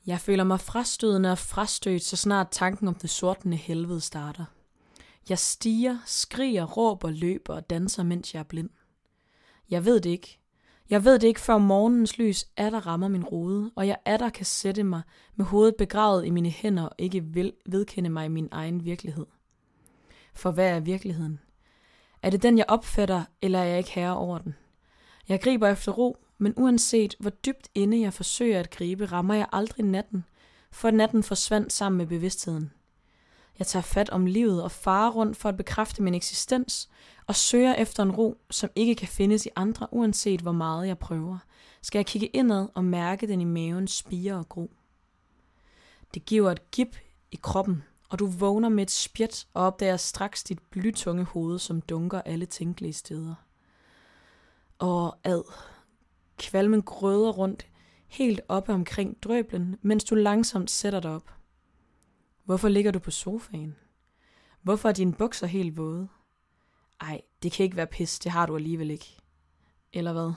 Jeg føler mig frastødende og frastødt, så snart tanken om det sortende helvede starter. Jeg stiger, skriger, råber, løber og danser, mens jeg er blind. Jeg ved det ikke. Jeg ved det ikke, før morgenens lys atter rammer min rode, og jeg atter kan sætte mig med hovedet begravet i mine hænder og ikke vedkende mig i min egen virkelighed. For hvad er virkeligheden? Er det den, jeg opfatter, eller er jeg ikke herre over den? Jeg griber efter ro, men uanset hvor dybt inde jeg forsøger at gribe, rammer jeg aldrig natten, for natten forsvandt sammen med bevidstheden. Jeg tager fat om livet og farer rundt for at bekræfte min eksistens, og søger efter en ro, som ikke kan findes i andre, uanset hvor meget jeg prøver. Skal jeg kigge indad og mærke den i maven spire og gro. Det giver et gib i kroppen, og du vågner med et spjæt og opdager straks dit blytunge hoved, som dunker alle tænkelige steder. Og kvalmen grøder rundt, helt oppe omkring drøblen, mens du langsomt sætter dig op. Hvorfor ligger du på sofaen? Hvorfor er dine bukser helt våde? Ej, det kan ikke være pis, det har du alligevel ikke. Eller hvad?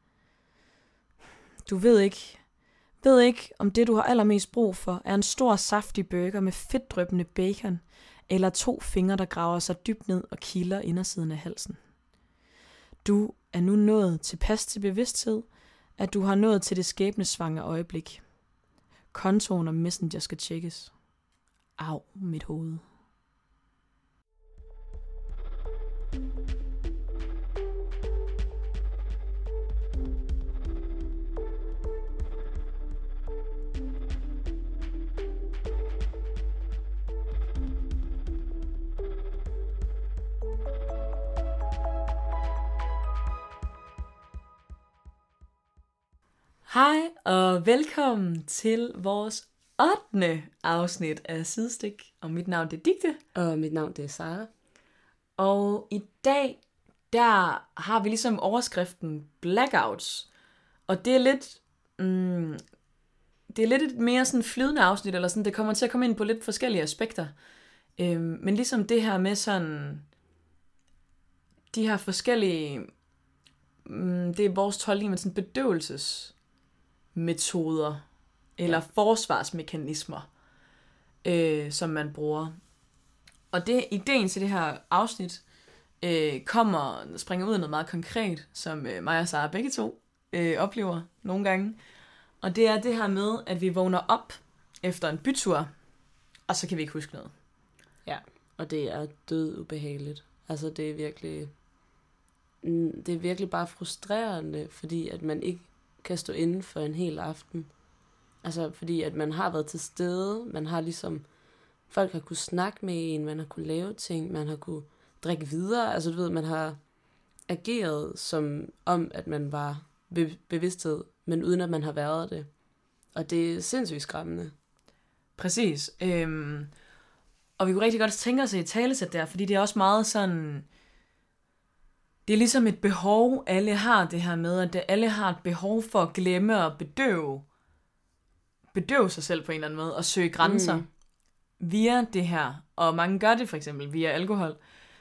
Du ved ikke, om det du har allermest brug for, er en stor saftig burger med fedtdryppende bacon, eller 2 fingre, der graver sig dybt ned og kilder indersiden af halsen. Du er nu nået tilpas til bevidsthed, at du har nået til det skæbnesvangre øjeblik. Kontoen og Messenger skal tjekkes. Au, mit hoved. Hej og velkommen til vores 8. afsnit af Sidestik. Og mit navn det er Digte. Og mit navn det er Sara. Og i dag, der har vi ligesom overskriften Blackouts. Og det er lidt et mere sådan flydende afsnit, eller sådan, det kommer til at komme ind på lidt forskellige aspekter. Men ligesom det her med sådan, de her forskellige, det er vores tolkning med sådan bedøvelsesmetoder, eller forsvarsmekanismer, som man bruger. Og det ideen til det her afsnit springer ud af noget meget konkret, som mig og Sara begge to oplever nogle gange. Og det er det her med, at vi vågner op efter en bytur, og så kan vi ikke huske noget. Ja, og det er død ubehageligt. Altså det er virkelig bare frustrerende, fordi at man ikke kan stå inden for en hel aften. Altså fordi at man har været til stede, man har ligesom, folk har kunne snakke med en, man har kunne lave ting, man har kunne drikke videre, altså du ved, man har ageret som om, at man var bevidsthed, men uden at man har været det. Og det er sindssygt skræmmende. Præcis. Og vi kunne rigtig godt tænke os i et talesæt der, fordi det er også meget sådan, det er ligesom et behov, alle har det her med, at alle har et behov for at glemme og bedøve sig selv på en eller anden måde, og søge grænser via det her. Og mange gør det for eksempel via alkohol.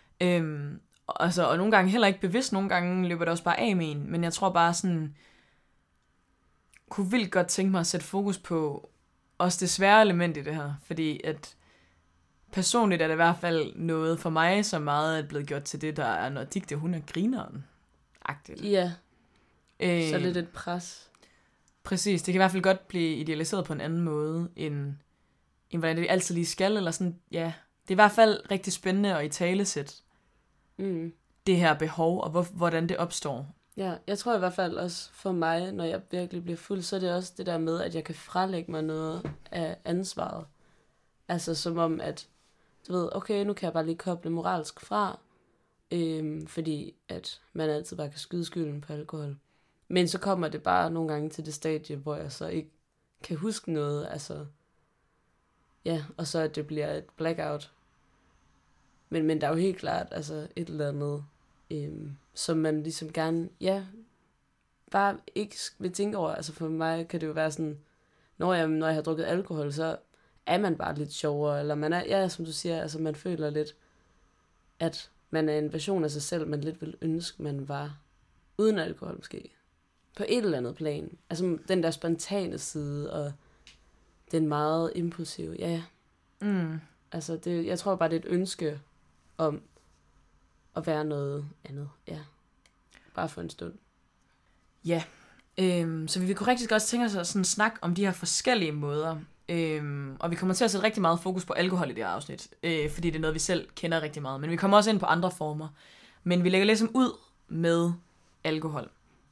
Og nogle gange heller ikke bevidst, nogle gange løber det også bare af med en. Men jeg tror bare sådan, kunne vildt godt tænke mig at sætte fokus på også det svære element i det her. Fordi at personligt er det i hvert fald noget for mig, som meget er blevet gjort til det, der er, når Digte, hun er grineren-agtigt. Ja, så lidt et pres. Præcis, det kan i hvert fald godt blive idealiseret på en anden måde, end hvordan det altid lige skal, eller sådan, ja. Det er i hvert fald rigtig spændende at italesætte det her behov, og hvordan det opstår. Ja, jeg tror i hvert fald også for mig, når jeg virkelig bliver fuld, så er det også det der med, at jeg kan frelægge mig noget af ansvaret. Altså som om, at du ved, okay, nu kan jeg bare lige koble moralsk fra, fordi at man altid bare kan skyde skylden på alkohol. Men så kommer det bare nogle gange til det stadie, hvor jeg så ikke kan huske noget, altså, ja, og så at det bliver et blackout. Men der er jo helt klart, altså, et eller andet, som man ligesom gerne, ja, bare ikke vil tænke over. Altså for mig kan det jo være sådan, når jeg har drukket alkohol, så er man bare lidt sjovere, eller man er, ja, som du siger, altså man føler lidt, at man er en version af sig selv, man lidt vil ønske, man var uden alkohol måske. På et eller andet plan. Altså den der spontane side, og den meget impulsive, ja. Altså, jeg tror bare, det er et ønske om at være noget andet, ja. Bare for en stund. Ja, så vi kunne rigtig godt tænke os at sådan snakke om de her forskellige måder. Og vi kommer til at sætte rigtig meget fokus på alkohol i det her afsnit, fordi det er noget, vi selv kender rigtig meget. Men vi kommer også ind på andre former. Men vi lægger ligesom ud med alkohol.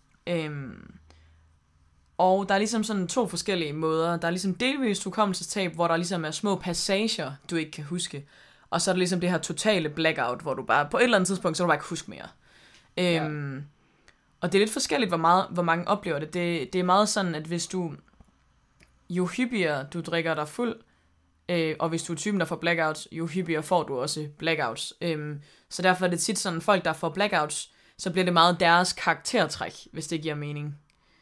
Og der er ligesom sådan 2 forskellige måder. Der er ligesom delvist hukommelsestab, hvor der ligesom er små passager, du ikke kan huske. Og så er der ligesom det her totale blackout, hvor du bare på et eller andet tidspunkt, så du bare ikke huske mere. Og det er lidt forskelligt, hvor mange oplever det. Det er meget sådan, at hvis jo hyppigere du drikker dig fuld, og hvis du er typen, der får blackouts, jo hyppigere får du også blackouts. Så derfor er det tit sådan, folk, der får blackouts, så bliver det meget deres karaktertræk, hvis det giver mening.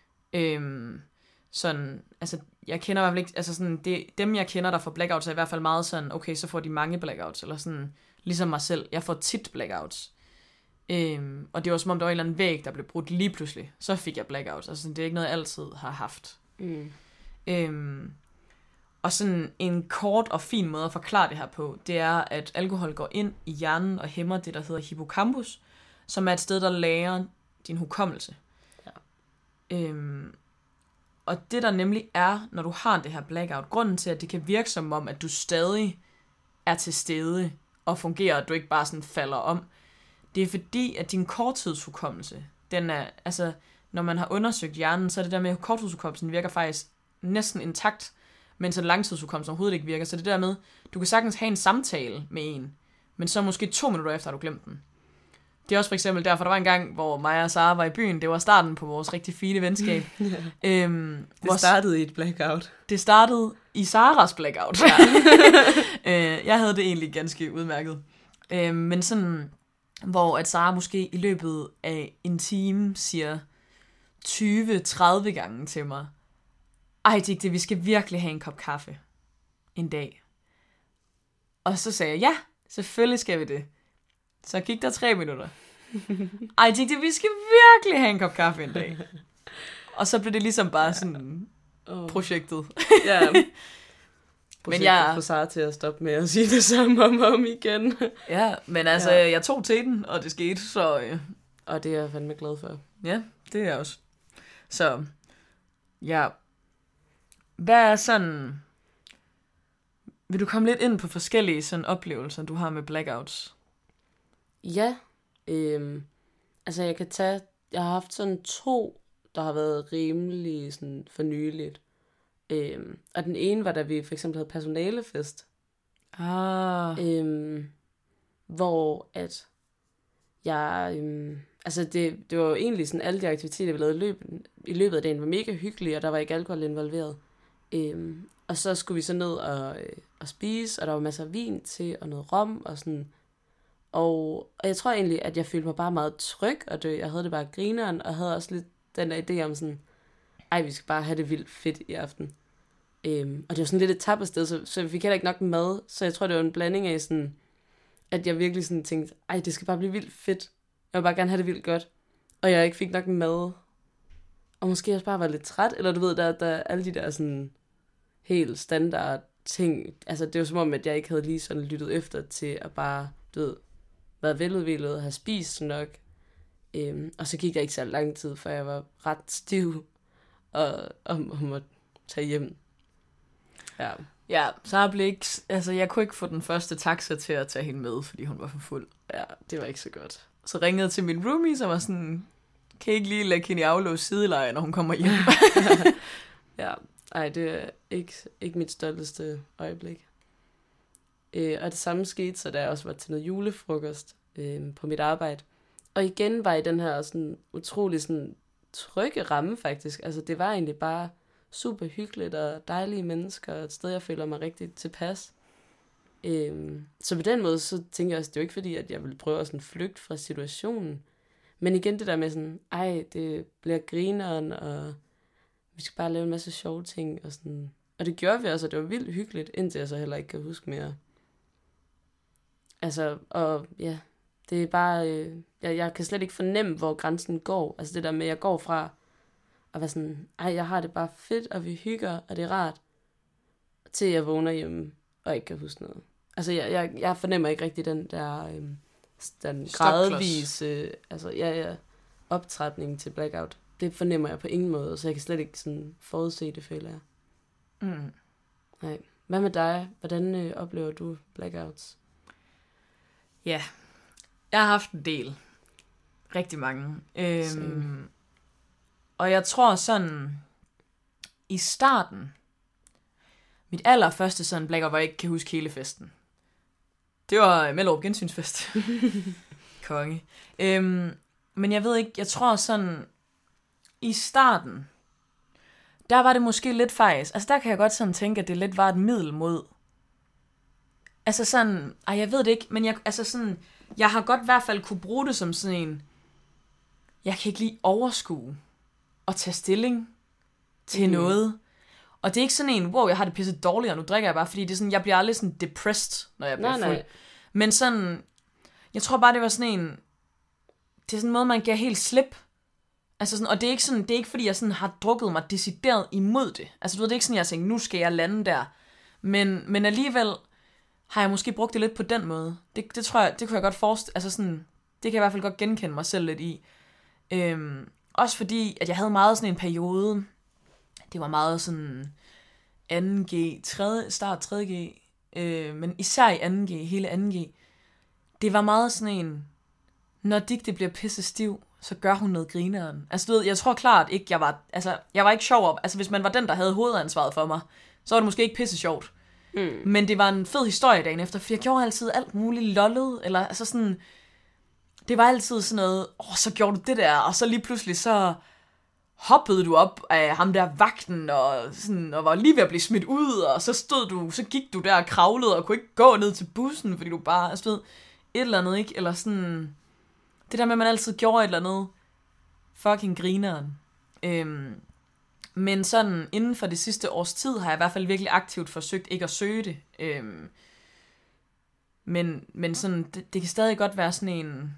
Sådan, altså, jeg kender i hvert fald ikke, altså sådan, dem jeg kender, der får blackouts, er i hvert fald meget sådan, okay, så får de mange blackouts, eller sådan, ligesom mig selv, jeg får tit blackouts. Og det var som om, der var en eller anden væg, der blev brudt lige pludselig, så fik jeg blackouts, altså det er ikke noget, jeg altid har haft. Og sådan en kort og fin måde at forklare det her på, det er, at alkohol går ind i hjernen og hæmmer det, der hedder hippocampus, som er et sted, der lagrer din hukommelse. Ja. Og det der nemlig er, når du har det her blackout, grunden til, at det kan virke som om, at du stadig er til stede og fungerer, at du ikke bare sådan falder om, det er fordi, at din korttidshukommelse, den er, altså, når man har undersøgt hjernen, så er det der med, at korttidshukommelsen virker faktisk næsten intakt, mens en langtidshukommelse overhovedet ikke virker. Så det der med, du kan sagtens have en samtale med en, men så måske 2 minutter efter har du glemt den. Det er også for eksempel derfor, der var en gang, hvor mig og Sara var i byen. Det var starten på vores rigtig fine venskab. Det startede i et blackout. Det startede i Saras blackout. Ja. Jeg havde det egentlig ganske udmærket. Men sådan, hvor at Sara måske i løbet af en time siger 20-30 gange til mig, ej Digte, vi skal virkelig have en kop kaffe en dag. Og så sagde jeg, ja, selvfølgelig skal vi det. Så gik der 3 minutter. Ej Digte, vi skal virkelig have en kop kaffe en dag. Og så blev det ligesom bare sådan projektet. Ja. Men jeg får Sara til at stoppe med at sige det samme om igen. Ja, men altså, jeg tog til den, og det skete, så... Og det er jeg fandme glad for. Ja, det er jeg også. Så, ja. Hvad er sådan... Vil du komme lidt ind på forskellige sådan oplevelser, du har med blackouts? Ja. Altså, jeg har haft sådan 2, der har været rimelig sådan for nyligt. Og den ene var, da vi for eksempel havde personalefest. Hvor at jeg... altså, det var jo egentlig sådan, alle de aktiviteter, vi lavede i løbet af dagen, var mega hyggelige, og der var ikke alkohol involveret. Og så skulle vi så ned og spise, og der var masser af vin til, og noget rom, og sådan... Og jeg tror egentlig, at jeg følte mig bare meget tryg, og jeg havde det bare grineren, og havde også lidt den der idé om sådan, ej, vi skal bare have det vildt fedt i aften. Og det var sådan lidt et tappersted, så vi fik heller ikke nok mad, så jeg tror, det var en blanding af sådan, at jeg virkelig sådan tænkte, ej, det skal bare blive vildt fedt. Jeg vil bare gerne have det vildt godt. Og jeg ikke fik nok mad. Og måske også bare var lidt træt, eller du ved, der alle de der sådan helt standard ting. Altså, det var som om, at jeg ikke havde lige sådan lyttet efter til at bare, du ved, været veludviklet og have spist nok. Og så gik der ikke så lang tid, før jeg var ret stiv og måtte tage hjem. Ja. Ja, så blev ikke, altså jeg kunne ikke få den første taxa til at tage hende med, fordi hun var for fuld. Ja, det var ikke så godt. Så ringede jeg til min roomie, som var sådan, kan I ikke lige lægge hende i aflås sideleje, når hun kommer hjem? Ja, ej, det er ikke mit stolteste øjeblik. Og det samme skete, så da jeg også var til noget julefrokost på mit arbejde. Og igen var i den her sådan utrolig sådan trygge ramme faktisk. Altså det var egentlig bare super hyggeligt og dejlige mennesker, og et sted, jeg føler mig rigtig tilpas. Så på den måde, så tænker jeg også, det er jo ikke fordi, at jeg vil prøve at sådan flygte fra situationen. Men igen det der med sådan, ej, det bliver grineren, og vi skal bare lave en masse sjove ting. Og, sådan. Og det gjorde vi også, og det var vildt hyggeligt, indtil jeg så heller ikke kan huske mere. Altså, og ja, det er bare, jeg kan slet ikke fornemme, hvor grænsen går. Altså det der med, at jeg går fra at være sådan, ej, jeg har det bare fedt, og vi hygger, og det er rart. til jeg vågner hjemme, og ikke kan huske noget. Altså, jeg fornemmer ikke rigtig den der den gradvise optrætning til blackout. Det fornemmer jeg på ingen måde, så jeg kan slet ikke sådan forudse det, føler jeg. Mm. Nej. Hvad med dig? Hvordan oplever du blackouts? Ja, jeg har haft en del. Rigtig mange. Og jeg tror sådan, i starten, mit allerførste sådan blackout, hvor jeg ikke kan huske hele festen. Det var Mellerup Gensynsfest. Konge. Men jeg ved ikke, jeg tror sådan, i starten, der var det måske lidt faktisk, altså der kan jeg godt sådan tænke, at det lidt var et middel mod, altså sådan, jeg ved det ikke, men jeg har godt i hvert fald kunne bruge det som sådan en, jeg kan ikke lige overskue og tage stilling til noget. Og det er ikke sådan en, wow, jeg har det pisset dårligt, og nu drikker jeg bare, fordi det er sådan, jeg bliver aldrig sådan depressed, når jeg bliver fuld. Nej. Men sådan, jeg tror bare, det var sådan en, det er sådan en måde, man giver helt slip. Altså sådan, og det er ikke fordi, jeg sådan har drukket mig decideret imod det. Altså du ved, det er ikke sådan, jeg tænker, nu skal jeg lande der. Men alligevel har jeg måske brugt det lidt på den måde. Det tror jeg, det kunne jeg godt forestille, altså sådan, det kan jeg i hvert fald godt genkende mig selv lidt i. Også fordi, at jeg havde meget sådan en periode, det var meget sådan 2G, start 3G, men især i 2G, hele 2G, det var meget sådan en, når Digte bliver pisse stiv, så gør hun noget grineren. Altså du ved, jeg tror klart ikke, jeg var ikke sjov. Altså hvis man var den, der havde hovedansvaret for mig, så var det måske ikke pisse sjovt. Men det var en fed historie dagen efter, for jeg gjorde altid alt muligt lollet, eller altså sådan, det var altid sådan noget, så gjorde du det der, og så lige pludselig så hoppede du op af ham der vagten, og var lige ved at blive smidt ud, og så gik du der og kravlede, og kunne ikke gå ned til bussen, fordi du bare, altså ved, et eller andet, ikke? Eller sådan, det der med, at man altid gjorde et eller andet fucking grineren. Men sådan, inden for det sidste års tid, har jeg i hvert fald virkelig aktivt forsøgt ikke at søge det. Men sådan, det kan stadig godt være sådan en,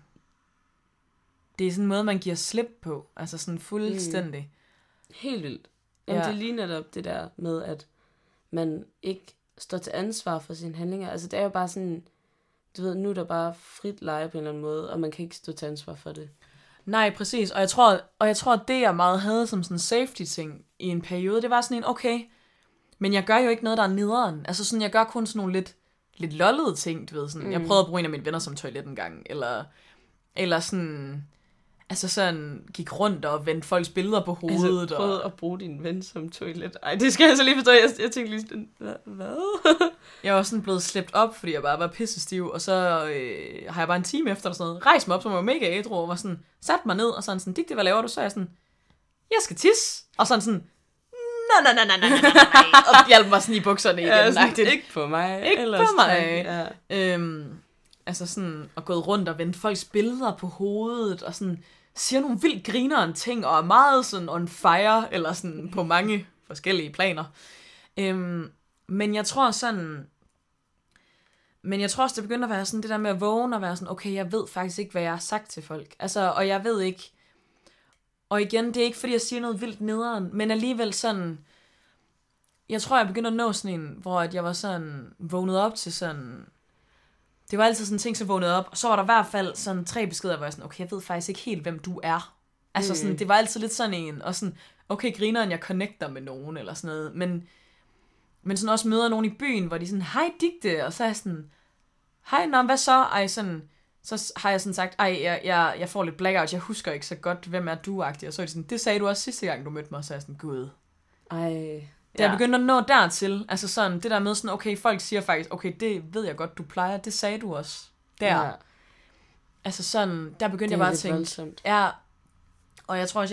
det er sådan en måde, man giver slip på. Altså sådan fuldstændig. Helt vildt. Jamen, det ligner netop det der med, at man ikke står til ansvar for sine handlinger. Altså det er jo bare sådan, du ved, nu er der bare frit leje på en eller anden måde, og man kan ikke stå til ansvar for det. Nej, præcis. Og jeg tror, at det jeg meget havde som sådan en safety-ting i en periode, det var sådan en, okay, men jeg gør jo ikke noget, der er nederen. Altså sådan, jeg gør kun sådan nogle lidt lollede ting, du ved. Sådan. Jeg prøvede at bruge en af mine venner som toilet en gang, eller sådan, altså sådan, gik rundt og vendte folks billeder på hovedet. Altså, prøvede at bruge din ven som toilet. Ej, det skal jeg så lige forstå. Jeg tænkte lige sådan, hvad? Jeg var sådan blevet slæbt op, fordi jeg bare var pissestiv, og så har jeg bare en time efter, sådan noget, rejst mig op, som var mega ædru, og var sådan, sat mig ned, og sådan, Digte, hvad laver du? Så er jeg sådan, jeg skal tisse, og sådan, nej, og hjalp mig sådan i bukserne igen. Ja, sådan, ikke på mig. Ikke på mig. Ja. Altså sådan, og gået rundt og vendt folks billeder på hovedet, og sådan, siger nogle vildt grinerende ting, og er meget sådan on fire, eller sådan på mange forskellige planer. Men jeg tror sådan, også, det begynder at være sådan, det der med at vågne, og være sådan, okay, jeg ved faktisk ikke, hvad jeg har sagt til folk. Altså, og jeg ved ikke, og igen, det er ikke, fordi jeg siger noget vildt nederen, men alligevel sådan, jeg tror, jeg begynder at nå sådan en, hvor at jeg var sådan, vågnet op til sådan, det var altid sådan en ting, så vågnede op, og så var der i hvert fald sådan 3 beskeder, hvor jeg sådan, okay, jeg ved faktisk ikke helt, hvem du er. Altså sådan, det var altid lidt sådan en, og sådan, okay, grineren, jeg connecter med nogen, eller sådan noget, men sådan også møder nogen i byen, hvor de sådan, hej Digte, og så er jeg sådan, hej, nå, hvad så? Så har jeg sådan sagt, jeg får lidt blackout, jeg husker ikke så godt, hvem er du-agtig, og så er de sådan, det sagde du også sidste gang, du mødte mig, og så er jeg sådan, gud. Da jeg begyndte at nå dertil, altså sådan, det der med sådan, okay, folk siger faktisk, okay, det ved jeg godt, du plejer, det sagde du også, der. Ja. Altså sådan, der begyndte jeg bare at tænke, voldsomt. Ja, og jeg tror også,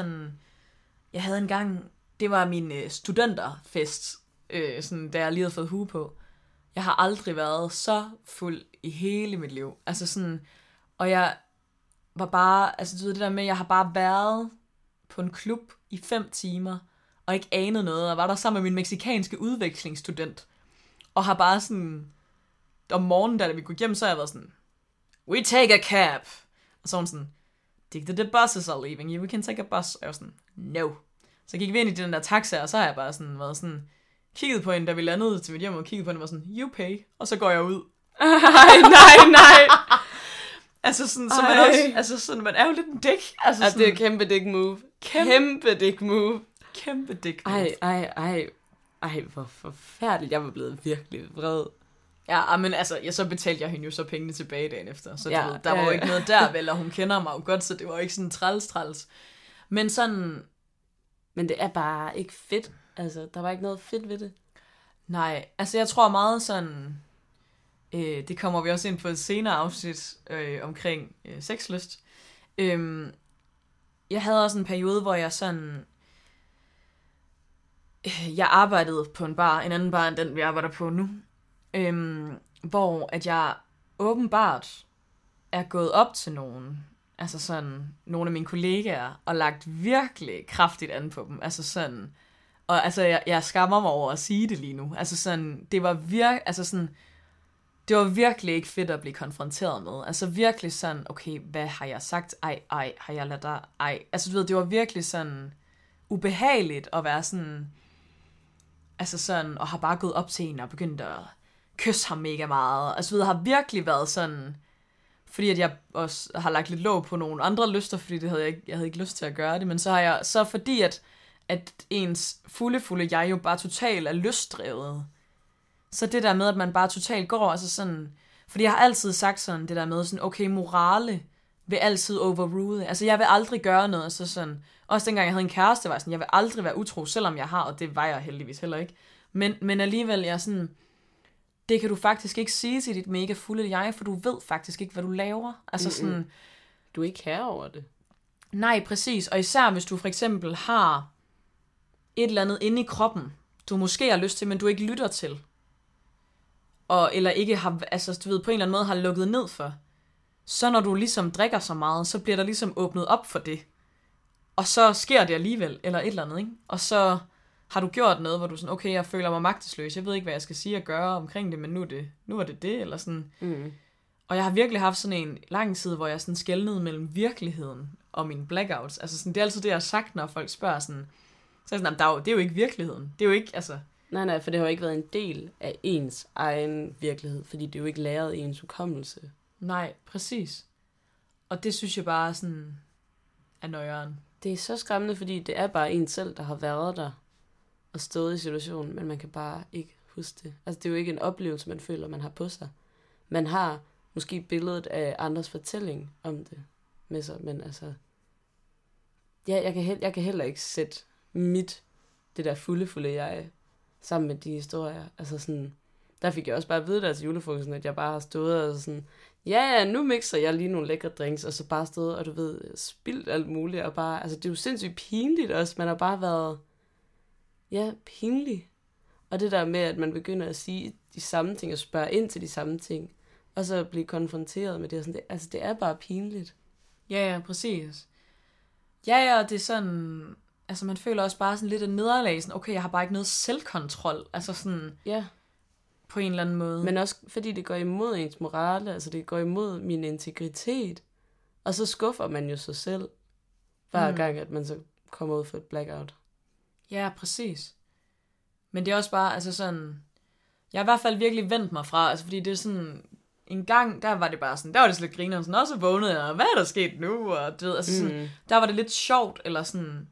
jeg havde en gang, det var min studenterfest, sådan, da jeg lige havde fået hue på. Jeg har aldrig været så fuld i hele mit liv. Altså sådan, og jeg var bare, altså du ved det der med, jeg har bare været på en klub i 5 timer, og ikke anet noget, og var der sammen med min mexikanske udvekslingsstudent, og har bare sådan, om morgenen, da vi gik hjem, så har jeg været sådan, we take a cab, og så var hun sådan, Digte, the buses are leaving you, we can take a bus, og jeg var sådan, no. Så gik vi ind i den der taxa, og så har jeg bare sådan været sådan, kiggede på hende, da vi landede til mit hjem, og kiggede på hende og var sådan, you pay, og så går jeg ud. Nej. Altså sådan, så man også, altså sådan, man er jo lidt en dick. Altså det er et kæmpe dick move. Kæmpe dick move. Kæmpe dick move. Ej, hvor forfærdeligt. Jeg var blevet virkelig vred. Ja, men altså, så betalte jeg hende jo så pengene tilbage dagen efter. Så ja, der var jo ikke noget der, vel, og hun kender mig jo godt, så det var jo ikke sådan træls. Men sådan... Men det er bare ikke fedt. Altså, der var ikke noget fedt ved det. Nej, altså jeg tror meget sådan... det kommer vi også ind på et senere afsnit omkring sexlyst. Jeg havde også en periode, hvor jeg sådan... jeg arbejdede på en anden bar end den, vi arbejder på nu. Hvor at jeg åbenbart er gået op til nogen, altså sådan nogle af mine kollegaer, og lagt virkelig kraftigt an på dem, altså sådan, og altså jeg skammer mig over at sige det lige nu, altså sådan, det var virkelig ikke fedt at blive konfronteret med, altså virkelig sådan, okay, hvad har jeg sagt, har jeg ladet dig, altså du ved, det var virkelig sådan ubehageligt at være sådan, altså sådan, og har bare gået op til en og begyndt at kysse ham mega meget. Altså, det har virkelig været sådan, fordi at jeg også har lagt lidt låg på nogle andre lyster, fordi jeg havde ikke lyst til at gøre det, men så fordi at ens fulde jeg jo bare totalt er lystdrevet. Så det der med, at man bare totalt går, altså sådan, fordi jeg har altid sagt sådan, det der med sådan, okay, morale vil altid overrule. Altså, jeg vil aldrig gøre noget, så sådan, også dengang jeg havde en kæreste, var sådan, jeg vil aldrig være utro, selvom jeg har, og det var jeg heldigvis heller ikke. Men alligevel, jeg sådan, det kan du faktisk ikke sige til dit mega fulde jeg, for du ved faktisk ikke, hvad du laver. Altså sådan... Du er ikke herre over det. Nej, præcis. Og især hvis du for eksempel har et eller andet inde i kroppen, du måske har lyst til, men du ikke lytter til. Eller ikke har, altså du ved, på en eller anden måde har lukket ned for. Så når du ligesom drikker så meget, så bliver der ligesom åbnet op for det. Og så sker det alligevel, eller et eller andet, ikke? Og så har du gjort noget, hvor du sådan, okay, jeg føler mig magtesløs, jeg ved ikke, hvad jeg skal sige og gøre omkring det, men nu er det, eller sådan. Og jeg har virkelig haft sådan en lang tid, hvor jeg sådan skelnede mellem virkeligheden og mine blackouts. Altså sådan, det er altid det, jeg har sagt, når folk spørger sådan, så er sådan, det er jo ikke virkeligheden. Det er jo ikke, altså... Nej, for det har jo ikke været en del af ens egen virkelighed, fordi det er jo ikke læret i ens hukommelse. Nej, præcis. Og det synes jeg bare sådan er nøjeren. Det er så skræmmende, fordi det er bare en selv, der har været der og stået i situationen, men man kan bare ikke huske det. Altså, det er jo ikke en oplevelse, man føler, man har på sig. Man har måske billedet af andres fortælling om det med sig, men altså... Ja, jeg kan heller ikke sætte det der fulde jeg, sammen med de historier. Altså sådan... Der fik jeg også bare at vide der til julefrokosten, at jeg bare har stået og sådan... Ja, nu mixer jeg lige nogle lækre drinks, og så bare stået, og du ved, spildt alt muligt, og bare... Altså, det er jo sindssygt pinligt også. Man har bare været... Ja, pinlig. Og det der med, at man begynder at sige de samme ting, og spørge ind til de samme ting, og så blive konfronteret med det, og sådan, det er bare pinligt. Ja, præcis. Ja, det er sådan... Altså, man føler også bare sådan lidt af nederlag, sådan, okay, jeg har bare ikke noget selvkontrol. Altså sådan... Ja. På en eller anden måde. Men også fordi det går imod ens morale, altså det går imod min integritet. Og så skuffer man jo sig selv, hver gang, at man så kommer ud for et blackout. Ja, præcis. Men det er også bare, altså sådan... Jeg har i hvert fald virkelig vendt mig fra, altså fordi det er sådan... En gang, der var det bare sådan, der var det lidt grineren, sådan, og så vågnede jeg, og hvad er der sket nu? Og du ved, altså sådan, der var det lidt sjovt, eller sådan...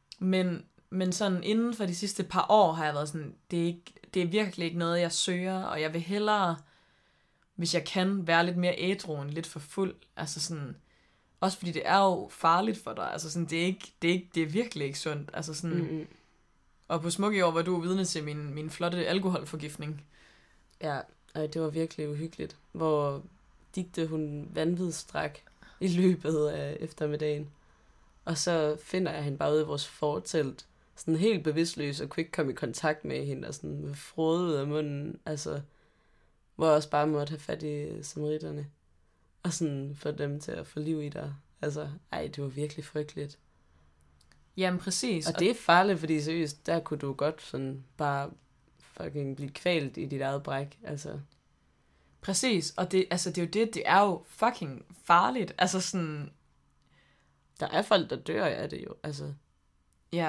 Men sådan inden for de sidste par år har jeg været sådan, det er virkelig ikke noget, jeg søger, og jeg vil hellere, hvis jeg kan, være lidt mere ædru end lidt for fuld. Altså sådan, også fordi det er jo farligt for dig. Altså sådan, det er virkelig ikke sundt. Altså sådan, og på Smukke år var du vidne til min flotte alkoholforgiftning. Ja, og det var virkelig uhyggeligt, hvor Digte hun vanvidsdrak i løbet af eftermiddagen. Og så finder jeg hende bare ude i vores fortelt, sådan helt bevidstløs, og kunne ikke komme i kontakt med hende, og sådan med frode ud af munden, altså, hvor jeg også bare måtte have fat i samaritterne, og sådan få dem til at få liv i dig. Altså, det var virkelig frygteligt. Jamen, præcis. Og det er farligt, fordi seriøst, der kunne du godt sådan bare fucking blive kvalt i dit eget bræk, altså. Præcis, og det er jo fucking farligt, altså sådan... Der er folk, der dør af det jo, altså. Ja,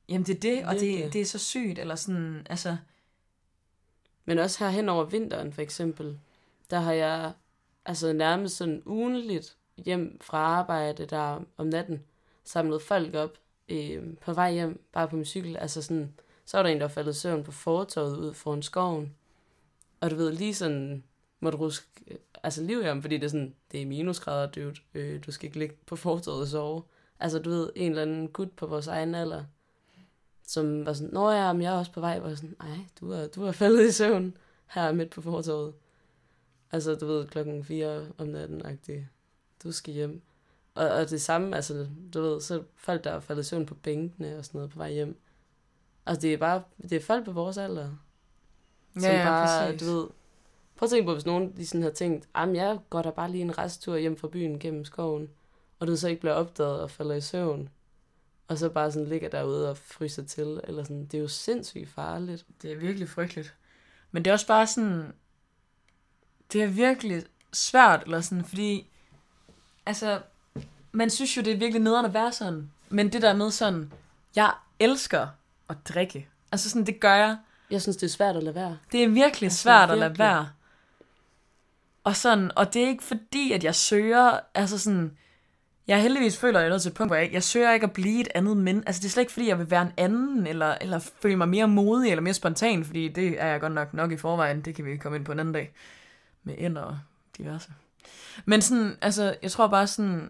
Jamen det er det, og Virkelig. det er så sygt, eller sådan, altså... Men også her hen over vinteren, for eksempel, der har jeg altså nærmest sådan ugenligt hjem fra arbejde der om natten, samlet folk op på vej hjem, bare på min cykel. Altså sådan, så var der en, der var faldet i søvn på fortovet ud foran skoven. Og du ved, lige sådan, må du ruske liv i ham, fordi det er sådan, det er minusgrader, dude. Du skal ikke ligge på fortovet og sove. Altså du ved, en eller anden gut på vores egen alder, som var sådan, nå ja, men jeg er også på vej, var sådan, nej, du er faldet i søvn her midt på fortovet. Altså, du ved, 4:00 om natten-agtigt. Du skal hjem. Og det samme, altså, du ved, så folk, der er faldet i søvn på bænkene og sådan noget på vej hjem. Altså, det er folk på vores alder. Som bare, præcis. du ved, prøv at tænke på, hvis nogen de sådan har tænkt, jeg går da bare lige en resttur hjem fra byen gennem skoven, og du så ikke bliver opdaget og falder i søvn, og så bare sådan ligger derude og fryser til, eller sådan, det er jo sindssygt farligt. Det er virkelig frygteligt. Men det er også bare sådan, det er virkelig svært, eller sådan, fordi, altså, man synes jo, det er virkelig nederen at være sådan, men det der med sådan, jeg elsker at drikke. Altså sådan, det gør jeg. Jeg synes, det er svært at lade være. Det er virkelig svært at lade være. Og sådan, og det er ikke fordi, at jeg søger, altså sådan, jeg heldigvis føler, at jeg er nået til et punkt, hvor jeg søger ikke at blive et andet men. Altså det er slet ikke fordi, jeg vil være en anden, eller føle mig mere modig, eller mere spontan, fordi det er jeg godt nok i forvejen. Det kan vi komme ind på en anden dag. Med ender og diverse. Men sådan, altså, jeg tror bare sådan,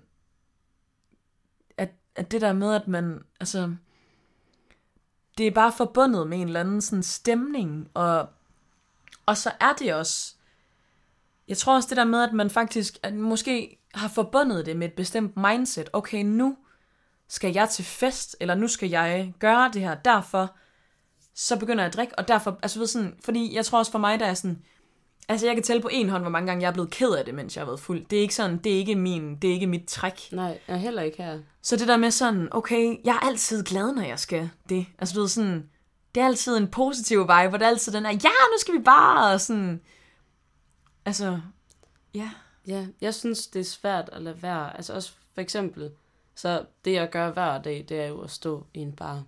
at det der med, at man, altså, det er bare forbundet med en eller anden sådan stemning, og så er det også, jeg tror også det der med, at man faktisk at måske har forbundet det med et bestemt mindset. Okay, nu skal jeg til fest, eller nu skal jeg gøre det her, derfor så begynder jeg at drikke, og derfor, altså ved sådan, fordi jeg tror også for mig, der er sådan, altså jeg kan tælle på en hånd, hvor mange gange jeg er blevet ked af det, mens jeg har været fuld. Det er ikke sådan, det er ikke mit træk. Nej, jeg er heller ikke her. Så det der med sådan, okay, jeg er altid glad, når jeg skal det. Altså du ved sådan, det er altid en positiv vibe, hvor det er altid den er, ja, nu skal vi bare, og sådan, altså, ja. Ja, jeg synes, det er svært at lade være. Altså også for eksempel, så det jeg gør hver dag, det er jo at stå i en bar.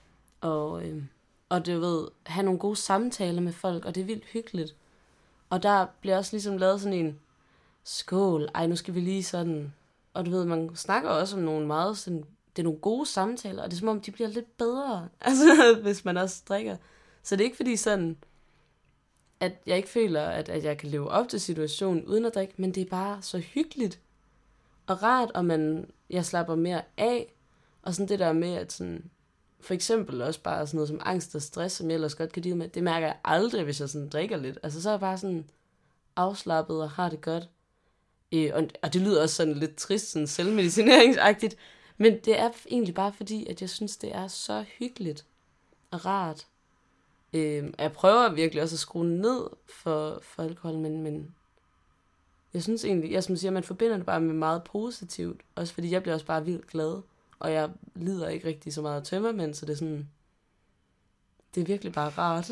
Og du ved, have nogle gode samtaler med folk, og det er vildt hyggeligt. Og der bliver også ligesom lavet sådan en skål, nu skal vi lige sådan. Og du ved, man snakker også om nogle meget sådan, det er nogle gode samtaler, og det er som om, de bliver lidt bedre, altså hvis man også drikker. Så det er ikke fordi sådan, at jeg ikke føler, at jeg kan leve op til situationen uden at drikke, men det er bare så hyggeligt og rart, og jeg slapper mere af, og sådan det der med, at sådan, for eksempel også bare sådan noget som angst og stress, som jeg ellers godt kan lide med, det mærker jeg aldrig, hvis jeg sådan drikker lidt. Altså så er jeg bare sådan afslappet og har det godt. Og det lyder også sådan lidt trist, sådan selvmedicineringsagtigt, men det er egentlig bare fordi, at jeg synes, det er så hyggeligt og rart. Jeg prøver virkelig også at skrue ned for alkohol, men jeg synes egentlig, jeg som siger, man forbinder det bare med meget positivt, også fordi jeg bliver også bare vildt glad, og jeg lider ikke rigtig så meget af tømmermænd, så det er sådan, det er virkelig bare rart.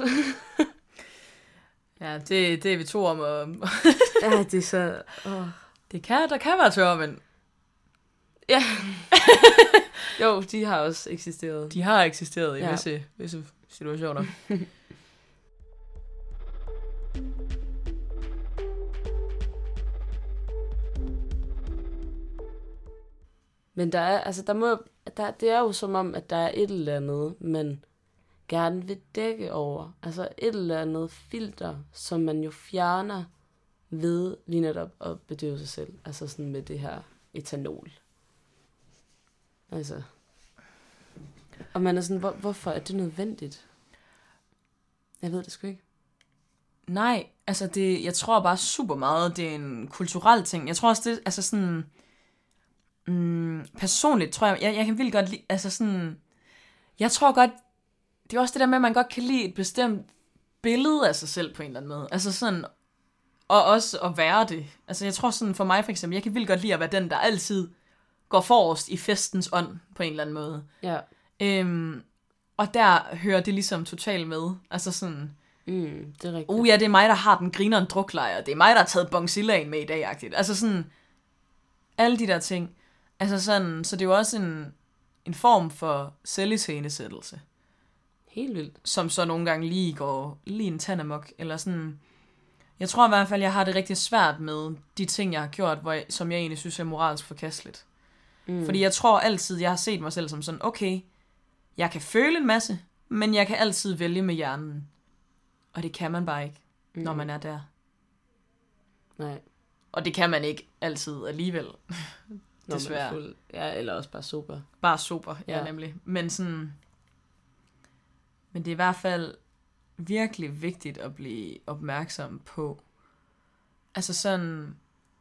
Ja, det er vi to om. Ja, det er så... Der kan være tørmænd. Ja. Jo, de har også eksisteret. De har eksisteret i Ja. visse situationer. Men der er, altså det er jo som om, at der er et eller andet, man gerne vil dække over. Altså et eller andet filter, som man jo fjerner ved lige netop at bedøve sig selv. Altså sådan med det her etanol. Altså. Og man er sådan, hvorfor er det nødvendigt? Jeg ved det sgu ikke. Nej, altså jeg tror bare super meget, det er en kulturel ting. Jeg tror også, det altså sådan... personligt tror jeg kan vildt godt lide, altså sådan... Jeg tror godt, det er også det der med, at man godt kan lide et bestemt billede af sig selv på en eller anden måde. Altså sådan... Og også at være det. Altså jeg tror sådan for mig for eksempel, jeg kan vildt godt lide at være den, der altid går forrest i festens ånd på en eller anden måde. Ja. Og der hører det ligesom totalt med. Altså sådan... det er rigtigt. Ja, det er mig, der har den grineren druklejr. Det er mig, der har taget Bongsillaen med i dag-agtigt. Altså sådan... Alle de der ting. Altså sådan... Så det er jo også en... en form for selviscenesættelse, Helt vildt. som så nogle gange lige går lige en tand amok, eller sådan. Jeg tror i hvert fald, jeg har det rigtig svært med de ting, jeg har gjort, som jeg egentlig synes er moralsk forkasteligt. Fordi jeg tror altid, jeg har set mig selv som sådan, okay, jeg kan føle en masse, men jeg kan altid vælge med hjernen. Og det kan man bare ikke, når man er der. Nej. Og det kan man ikke altid alligevel. Desværre. Fuld. Ja, eller også bare super. Bare super, ja, nemlig. Men sådan... Men det er i hvert fald virkelig vigtigt at blive opmærksom på. Altså sådan...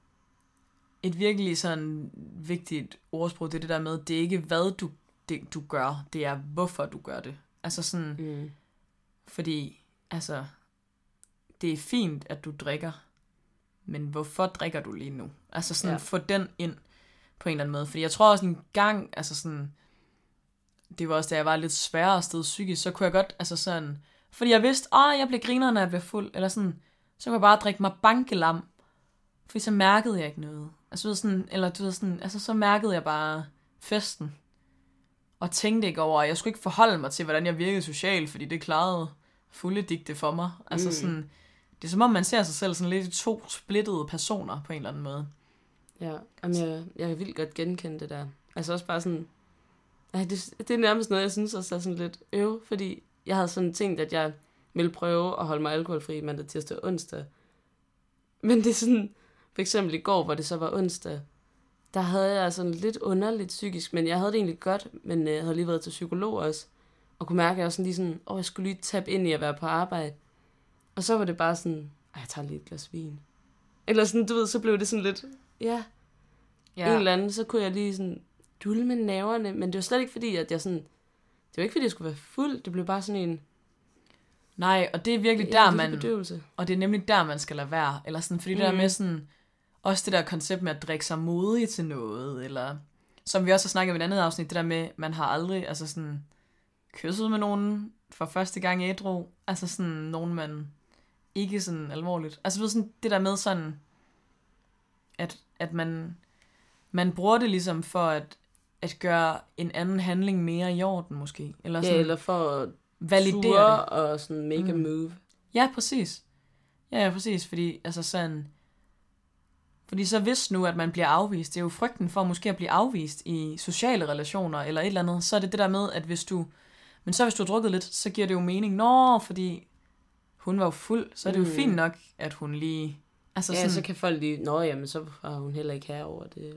Et virkelig sådan vigtigt ordsprog, det er det der med, det er ikke hvad du gør, det er hvorfor du gør det. Altså sådan... Fordi, altså... Det er fint, at du drikker, men hvorfor drikker du lige nu? Altså sådan, få den ind på en eller anden måde. Fordi jeg tror også en gang, altså sådan, det var også da jeg var lidt sværere sted psykisk, så kunne jeg godt, altså sådan, fordi jeg vidste, jeg bliver griner, når jeg bliver fuld, eller sådan, så kunne jeg bare drikke mig bankelam, fordi så mærkede jeg ikke noget. Altså ved sådan, eller du ved sådan, altså så mærkede jeg bare festen, og tænkte ikke over, at jeg skulle ikke forholde mig til, hvordan jeg virkede socialt, fordi det klarede fulde digte for mig. Altså sådan, det er som om man ser sig selv sådan lidt i to splittede personer på en eller anden måde. Ja, jamen jeg vil godt genkende det der. Altså også bare sådan, det er nærmest noget, jeg synes også er sådan lidt fordi jeg havde sådan tænkt, at jeg ville prøve at holde mig alkoholfri mandag, tirsdag og onsdag. Men det er sådan, for eksempel i går, hvor det så var onsdag, der havde jeg sådan lidt underligt psykisk, men jeg havde det egentlig godt, men jeg havde lige været til psykolog også, og kunne mærke, at jeg var sådan lige sådan, jeg skulle lige tabe ind i at være på arbejde. Og så var det bare sådan, jeg tager lige et glas vin. Eller sådan, du ved, så blev det sådan lidt, en eller anden, så kunne jeg lige sådan dulme med nerverne, men det var slet ikke fordi, at jeg sådan, det var ikke fordi, jeg skulle være fuld, det blev bare sådan en... Nej, og det er virkelig der, man... bedøvelse. Og det er nemlig der, man skal lade være. Eller sådan, fordi det der med sådan... Også det der koncept med at drikke sig modig til noget, eller... Som vi også har snakket om i et andet afsnit, det der med, man har aldrig, altså sådan... Kysset med nogen for første gang i ædru. Altså sådan, nogen man... Ikke sådan alvorligt. Altså ved sådan, det der med sådan... At man bruger det ligesom for at gøre en anden handling mere i orden, måske. Eller sådan, eller for at validere det. Og sådan make a move. Ja, præcis. Ja, præcis, fordi altså sådan... Fordi så hvis nu, at man bliver afvist, det er jo frygten for måske at blive afvist i sociale relationer eller et eller andet, så er det det der med, at hvis du har drukket lidt, så giver det jo mening, fordi hun var jo fuld, så er det jo fint nok, at hun lige... Altså ja, sådan, så kan folk lige, jamen så har hun heller ikke herover det.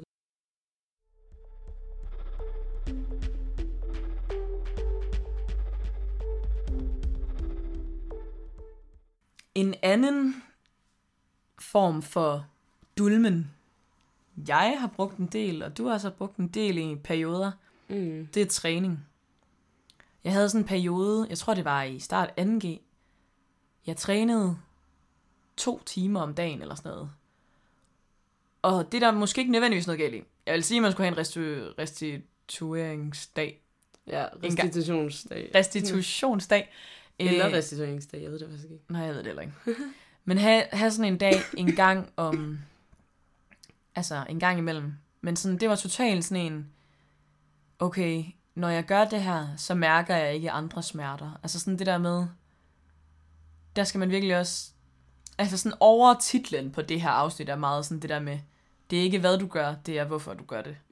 En anden form for dulmen, jeg har brugt en del, og du har også brugt en del i perioder, det er træning. Jeg havde sådan en periode, jeg tror det var i start 2G, jeg trænede 2 timer om dagen eller sådan noget. Og det er der måske ikke nødvendigvis noget galt i. Jeg vil sige, at man skulle have en restitueringsdag. Ja, restitutionsdag. Restitutionsdag. Eller restitueringsdag, jeg ved det faktisk ikke. Nej, jeg ved det heller ikke. Men have sådan en dag en gang om... Altså, en gang imellem. Men sådan, det var totalt sådan en... Okay, når jeg gør det her, så mærker jeg ikke andre smerter. Altså sådan det der med... Der skal man virkelig også... Altså sådan overtitlen på det her afsnit er meget sådan det der med... Det er ikke hvad du gør, det er hvorfor du gør det.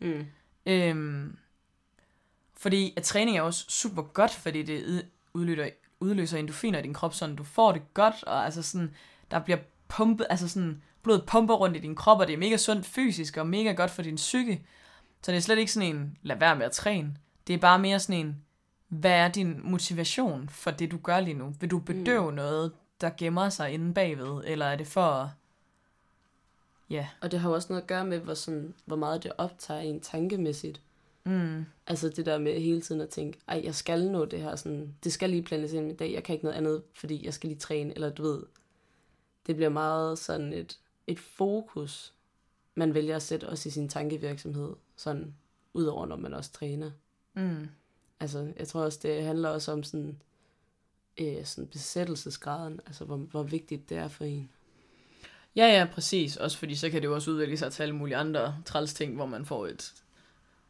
Fordi at træning er også super godt, fordi det udløser endorfiner i din krop, sådan du får det godt, og altså sådan, der bliver pumpet, altså sådan, blodet pumper rundt i din krop, og det er mega sundt fysisk, og mega godt for din psyke. Så det er slet ikke sådan en, lad være med at træne. Det er bare mere sådan en, hvad er din motivation for det, du gør lige nu? Vil du bedøve noget, der gemmer sig inde bagved, eller er det for... Ja. Og det har jo også noget at gøre med, hvor meget det optager en tankemæssigt. Altså det der med hele tiden at tænke, jeg skal nå det her, sådan, det skal lige planes ind i dag, jeg kan ikke noget andet, fordi jeg skal lige træne, eller du ved, det bliver meget sådan et fokus, man vælger at sætte også i sin tankevirksomhed, sådan, udover når man også træner. Altså, jeg tror også, det handler også om sådan besættelsesgraden, altså hvor vigtigt det er for en. Ja, præcis. Også fordi så kan det jo også udvikle sig til alle mulige andre træls ting, hvor man får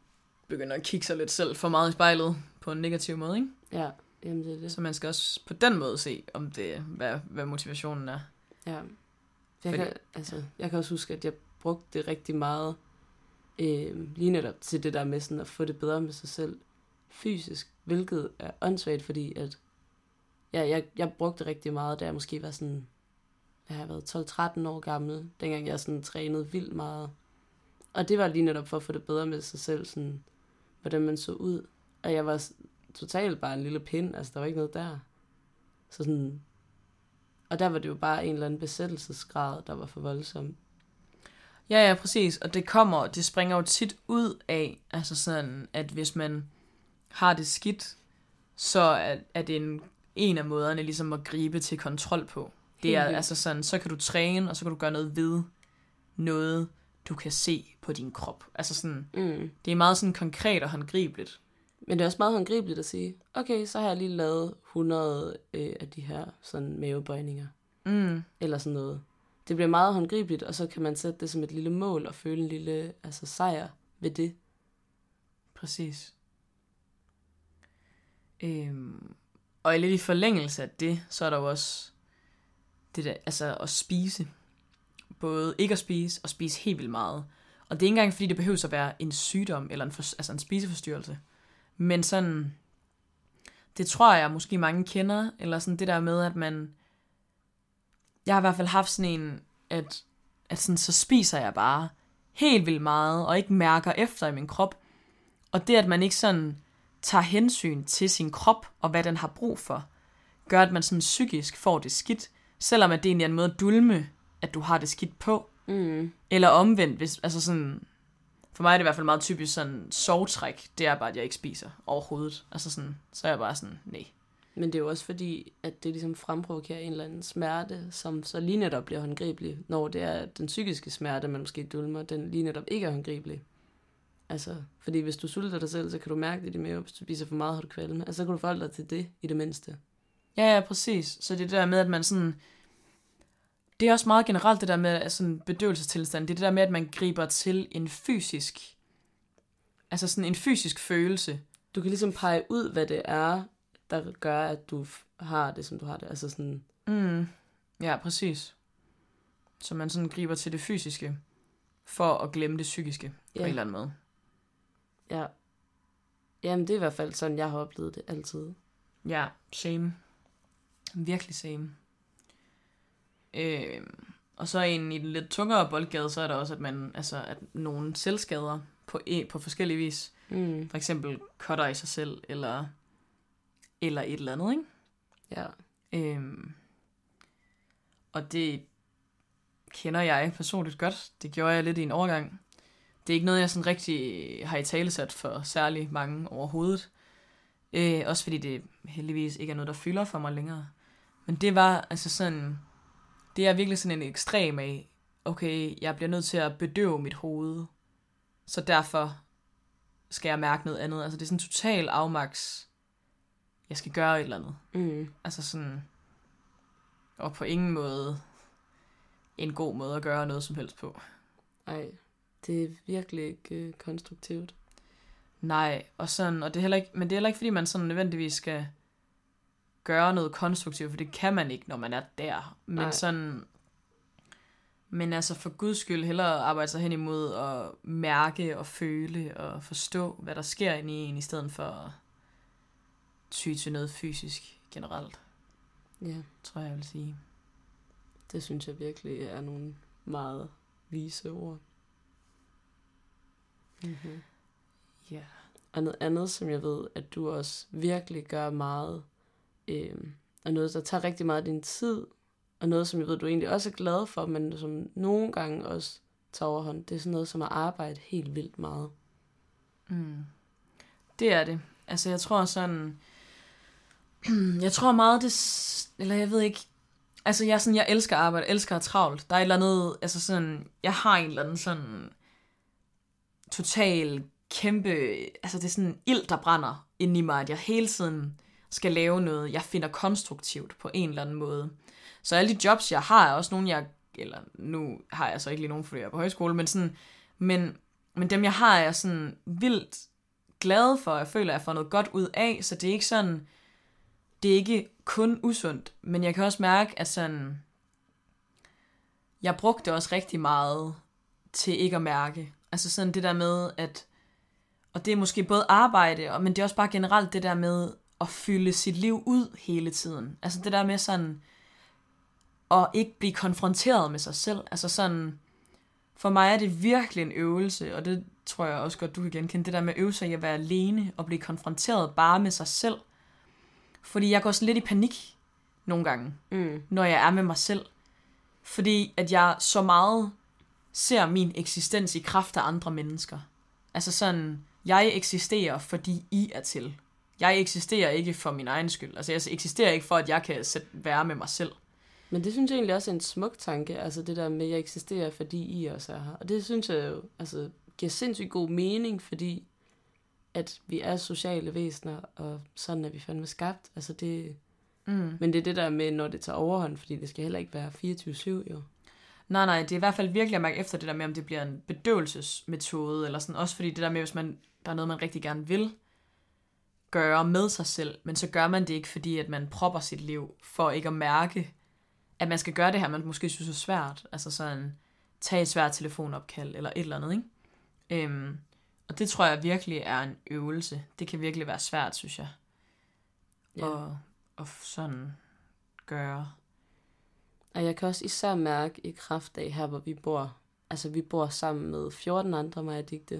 begynder at kigge sig lidt selv for meget i spejlet på en negativ måde, ikke? Ja, jamen det er det. Så man skal også på den måde se, om det, hvad motivationen er. Ja. Jeg kan også huske, at jeg brugte det rigtig meget, lige netop til det der med sådan at få det bedre med sig selv fysisk, hvilket er åndssvagt, fordi at jeg brugte det rigtig meget, da jeg måske var sådan, jeg har været 12-13 år gammel, dengang jeg sådan trænede vildt meget. Og det var lige netop for at få det bedre med sig selv, sådan, hvordan man så ud. Og jeg var totalt bare en lille pind, altså der var ikke noget der. Så sådan, og der var det jo bare en eller anden besættelsesgrad, der var for voldsom. Ja, præcis. Og det springer jo tit ud af, altså sådan, at hvis man har det skidt, så er det en af måderne ligesom at gribe til kontrol på. Det er altså sådan, så kan du træne, og så kan du gøre noget ved noget, du kan se på din krop. Altså sådan, det er meget sådan konkret og håndgribeligt. Men det er også meget håndgribeligt at sige, okay, så har jeg lige lavet 100 af de her sådan mavebøjninger. Eller sådan noget. Det bliver meget håndgribeligt, og så kan man sætte det som et lille mål og føle en lille sejr ved det. Præcis. Og lidt i forlængelse af det, så er der jo også det der, altså at spise. Både ikke at spise, og spise helt vildt meget. Og det er ikke engang, fordi det behøver at være en sygdom, eller en spiseforstyrrelse. Men sådan, det tror jeg måske mange kender, eller sådan det der med, at man, jeg har i hvert fald haft sådan en, at sådan, så spiser jeg bare helt vildt meget, og ikke mærker efter i min krop. Og det, at man ikke sådan tager hensyn til sin krop, og hvad den har brug for, gør, at man sådan psykisk får det skidt, selvom at det egentlig er en måde at dulme, at du har det skidt på. Eller omvendt, hvis, altså sådan, for mig er det i hvert fald meget typisk sådan sovtræk, det er bare, at jeg ikke spiser overhovedet. Altså sådan, så er jeg bare sådan, nej. Men det er jo også fordi, at det ligesom fremprovokerer en eller anden smerte, som så lige netop bliver håndgribelig, når det er den psykiske smerte, man måske dulmer, den lige netop ikke er håndgribelig. Altså, fordi hvis du sulter dig selv, så kan du mærke det i din mave, hvis du spiser for meget, har du kvalme. Altså, så kan du forholde dig til det i det mindste. Ja, præcis. Så det der med, at man sådan, det er også meget generelt det der med sådan bedøvelsestilstand, det er det der med, at man griber til en fysisk, altså sådan en fysisk følelse. Du kan ligesom pege ud, hvad det er, der gør, at du har det, som du har det. Altså sådan. Ja, præcis. Så man sådan griber til det fysiske, for at glemme det psykiske, på en eller anden måde. Ja. Jamen, det er i hvert fald sådan, jeg har oplevet det altid. Ja, same. Virkelig same. Og så i den lidt tungere boldgade, så er der også, at man, altså, at nogle selvskader på forskellige vis. For eksempel cutter i sig selv, eller et eller andet, ikke? Ja. Og det kender jeg personligt godt. Det gjorde jeg lidt i en overgang. Det er ikke noget, jeg sådan rigtig har italesat for særlig mange overhovedet. Også fordi det heldigvis ikke er noget, der fylder for mig længere. Men det var altså sådan, det er virkelig sådan en ekstrem af, okay, jeg bliver nødt til at bedøve mit hoved, så derfor skal jeg mærke noget andet. Altså det er sådan total afmaks, jeg skal gøre et eller andet. Altså sådan, og på ingen måde en god måde at gøre noget som helst på. Nej, det er virkelig ikke konstruktivt. Nej, og sådan, og det er heller ikke, men det er heller ikke, fordi man sådan nødvendigvis skal gøre noget konstruktivt, for det kan man ikke, når man er der. Men Nej. sådan, men altså for guds skyld hellere arbejde sig hen imod at mærke og føle og forstå, hvad der sker inde i en, i stedet for at ty til noget fysisk generelt. Ja. Tror jeg vil sige. Det synes jeg virkelig er nogle meget vise ord. Ja. Og noget andet, som jeg ved, at du også virkelig gør meget, og noget, der tager rigtig meget af din tid, og noget, som jeg ved, du egentlig også er glad for, men som nogle gange også tager overhånd, det er sådan noget, som at arbejde helt vildt meget. Det er det. Altså jeg tror sådan, jeg tror meget eller jeg ved ikke, altså jeg elsker arbejde, elsker at travlt. Der er et eller andet, altså sådan, jeg har en eller anden sådan total kæmpe, altså det er sådan ild, der brænder inde i mig, at jeg hele tiden skal lave noget, jeg finder konstruktivt på en eller anden måde. Så alle de jobs, jeg har, er også nogle, eller nu har jeg så ikke lige nogen, fordi jeg er på højskole, men sådan, men dem, jeg har, er sådan vildt glad for, jeg føler, at jeg får noget godt ud af, så det er ikke sådan, det er ikke kun usundt, men jeg kan også mærke, at sådan, jeg brugte det også rigtig meget til ikke at mærke. Altså sådan det der med, at, og det er måske både arbejde, men det er også bare generelt det der med at fylde sit liv ud hele tiden. Altså det der med sådan, at ikke blive konfronteret med sig selv. Altså sådan, for mig er det virkelig en øvelse, og det tror jeg også godt, du kan genkende, det der med at øve sig i at være alene, og blive konfronteret bare med sig selv. Fordi jeg går sådan lidt i panik nogle gange, når jeg er med mig selv. Fordi at jeg så meget ser min eksistens i kraft af andre mennesker. Altså sådan, jeg eksisterer, fordi I er til. Jeg eksisterer ikke for min egen skyld. Altså jeg eksisterer ikke for, at jeg kan være med mig selv. Men det synes jeg egentlig også er en smuk tanke, altså det der med, at jeg eksisterer, fordi I også er her. Og det synes jeg jo altså, giver sindssygt god mening, fordi at vi er sociale væsener, og sådan er vi fandme skabt. Altså det, Men det er det der med, når det tager overhånd, fordi det skal heller ikke være 24/7 jo. Nej, det er i hvert fald virkelig at mærke efter det der med, om det bliver en bedøvelsesmetode, eller sådan. Også fordi det der med, hvis der er noget, man rigtig gerne vil gøre med sig selv, men så gør man det ikke, fordi at man propper sit liv for ikke at mærke, at man skal gøre det her, man måske synes er svært. Altså sådan, tage et svært telefonopkald, eller et eller andet, ikke? Og det tror jeg virkelig er en øvelse. Det kan virkelig være svært, synes jeg. Ja. Og sådan gøre. Og jeg kan også især mærke i kraft af her, hvor vi bor. Altså vi bor sammen med 14 andre, mig og Digte,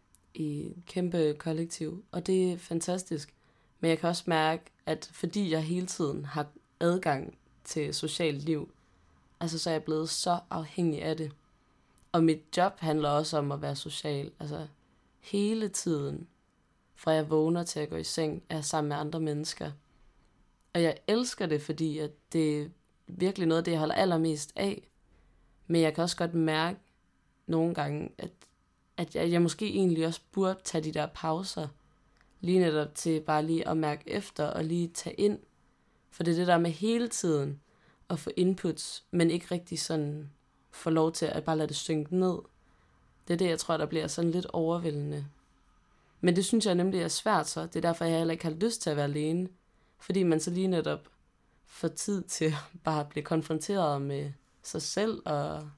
i et kæmpe kollektiv. Og det er fantastisk. Men jeg kan også mærke, at fordi jeg hele tiden har adgang til socialt liv, altså så er jeg blevet så afhængig af det. Og mit job handler også om at være social. Altså hele tiden, fra jeg vågner til at gå i seng, er jeg sammen med andre mennesker. Og jeg elsker det, fordi at det er virkelig noget af det, jeg holder allermest af. Men jeg kan også godt mærke nogle gange, at jeg måske egentlig også burde tage de der pauser, lige netop til bare lige at mærke efter og lige tage ind. For det er det der med hele tiden at få inputs, men ikke rigtig sådan få lov til at bare lade det synke ned. Det er det, jeg tror, der bliver sådan lidt overvældende. Men det synes jeg nemlig er svært så. Det er derfor, jeg heller ikke har lyst til at være alene. Fordi man så lige netop får tid til bare at blive konfronteret med sig selv og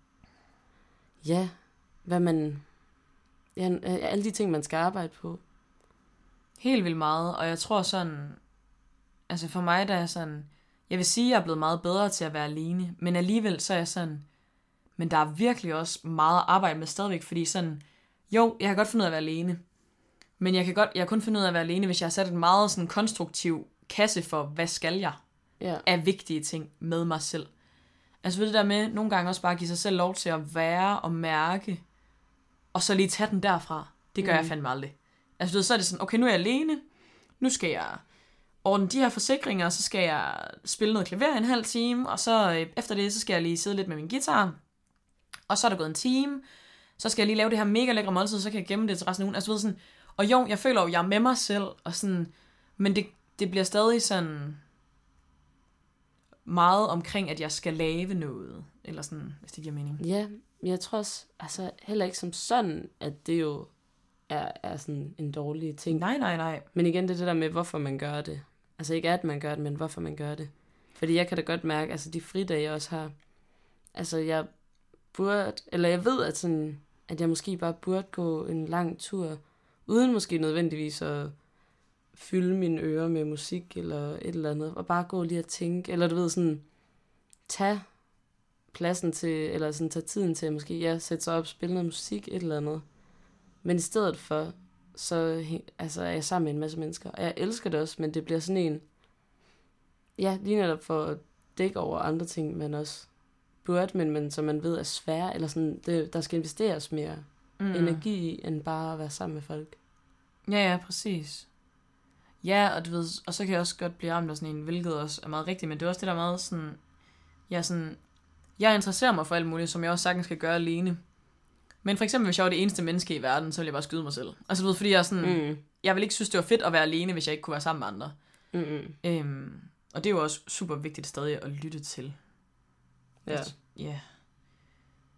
ja, hvad man, ja, alle de ting, man skal arbejde på. Helt vildt meget, og jeg tror sådan, altså for mig, der er sådan, jeg vil sige, at jeg er blevet meget bedre til at være alene, men alligevel så er jeg sådan, men der er virkelig også meget at arbejde med stadigvæk, fordi sådan, jo, jeg kan godt finde ud af at være alene, men jeg kan kun finde ud af at være alene, hvis jeg har sat en meget sådan konstruktiv kasse for, hvad skal jeg af vigtige ting med mig selv. Altså ved det der med, nogle gange også bare give sig selv lov til at være og mærke, og så lige tage den derfra. Det gør jeg fandme aldrig. Altså ved, så er det sådan, okay, nu er jeg alene, nu skal jeg ordne de her forsikringer, og så skal jeg spille noget klaver en halv time, og så efter det, så skal jeg lige sidde lidt med min guitar, og så er der gået en time, så skal jeg lige lave det her mega lækre måltid, så kan jeg gemme det til resten af ugen. Altså ved sådan, og jo, jeg føler jo, jeg er med mig selv, og sådan, men det bliver stadig sådan meget omkring, at jeg skal lave noget, eller sådan, hvis det giver mening. Ja, jeg tror også, altså heller ikke som sådan, at det jo er sådan en dårlig ting. Nej. Men igen, det er det der med, hvorfor man gør det. Altså ikke at man gør det, men hvorfor man gør det. Fordi jeg kan da godt mærke, altså de fridage, jeg også har, altså jeg ved, at, sådan, at jeg måske bare burde gå en lang tur, uden måske nødvendigvis at fylde mine ører med musik eller et eller andet, og bare gå lige og tænke, eller du ved sådan, tage pladsen til, eller sådan tage tiden til at måske sætte sig op og spille noget musik, et eller andet. Men i stedet for, så altså, er jeg sammen med en masse mennesker, og jeg elsker det også, men det bliver sådan en, ja, lige netop for at dække over andre ting, man også burde, men som man ved er svære, eller sådan, der skal investeres mere energi i, end bare at være sammen med folk. Ja, præcis. Ja, og du ved, og så kan jeg også godt blive ramt af sådan en, hvilket også er meget rigtigt, men det er også det der meget sådan, jeg interesserer mig for alt muligt, som jeg også sagtens skal gøre alene. Men for eksempel, hvis jeg var det eneste menneske i verden, så ville jeg bare skyde mig selv. Altså du ved, fordi jeg er sådan, jeg ville ikke synes, det var fedt at være alene, hvis jeg ikke kunne være sammen med andre. Og det er jo også super vigtigt stadig at lytte til. Ja. Altså, yeah.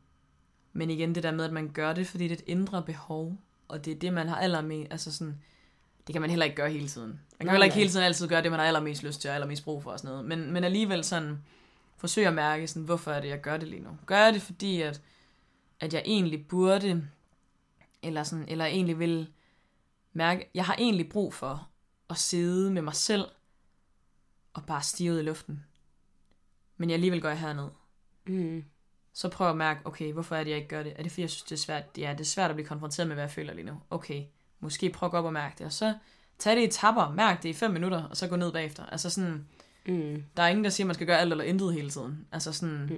Men igen, det der med, at man gør det, fordi det er et indre behov, og det er det, man har allermest, altså sådan, Det kan man heller ikke gøre hele tiden. Man kan Nej, heller ikke nej. hele tiden altid gøre det, man har allermest lyst til og allermest brug for og sådan noget. Men alligevel sådan, forsøge at mærke, sådan, hvorfor er det, jeg gør det lige nu. Gør jeg det, fordi at jeg egentlig burde, eller egentlig vil mærke, jeg har egentlig brug for at sidde med mig selv og bare stige ud i luften. Men jeg alligevel går jeg herned. Så prøv at mærke, okay, hvorfor er det, jeg ikke gør det? Er det fordi, jeg synes, det er svært? Ja, det er svært at blive konfronteret med, hvad jeg føler lige nu. Okay, måske prøv at gå op og mærke det. Og så tag det i etapper, mærk det i 5 minutter, og så gå ned bagefter. Altså sådan, der er ingen, der siger, at man skal gøre alt eller intet hele tiden. Altså sådan,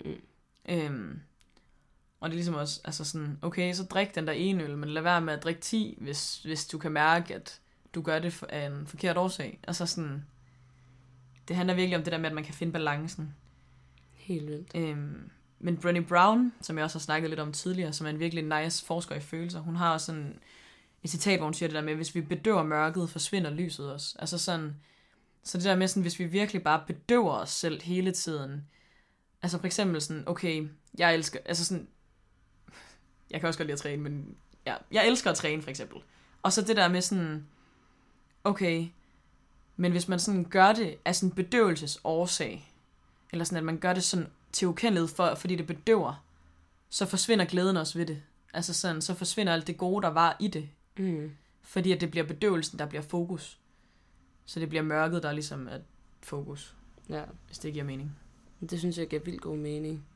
og det er ligesom også, altså sådan, okay, så drik den der ene øl, men lad være med at drikke 10, hvis du kan mærke, at du gør det af en forkert årsag. Altså sådan, det handler virkelig om det der med, at man kan finde balancen. Helt vildt. Men Brené Brown, som jeg også har snakket lidt om tidligere, som er en virkelig nice forsker i følelser, hun har også sådan et citat, hvor hun siger det der med, hvis vi bedøver mørket, forsvinder lyset også. Altså sådan, så det der med sådan, hvis vi virkelig bare bedøver os selv hele tiden. Altså for eksempel sådan, okay, jeg elsker, altså sådan, jeg kan også godt lide at træne, men ja, jeg elsker at træne for eksempel. Og så det der med sådan, okay, men hvis man sådan gør det af sådan bedøvelsesårsag, eller sådan, at man gør det sådan til ukendelighed, fordi det bedøver, så forsvinder glæden også ved det. Altså sådan, så forsvinder alt det gode, der var i det. Fordi at det bliver bedøvelsen, der bliver fokus. Så det bliver mørket, der ligesom er fokus. Ja. Hvis det giver mening. Det synes jeg giver vildt god mening.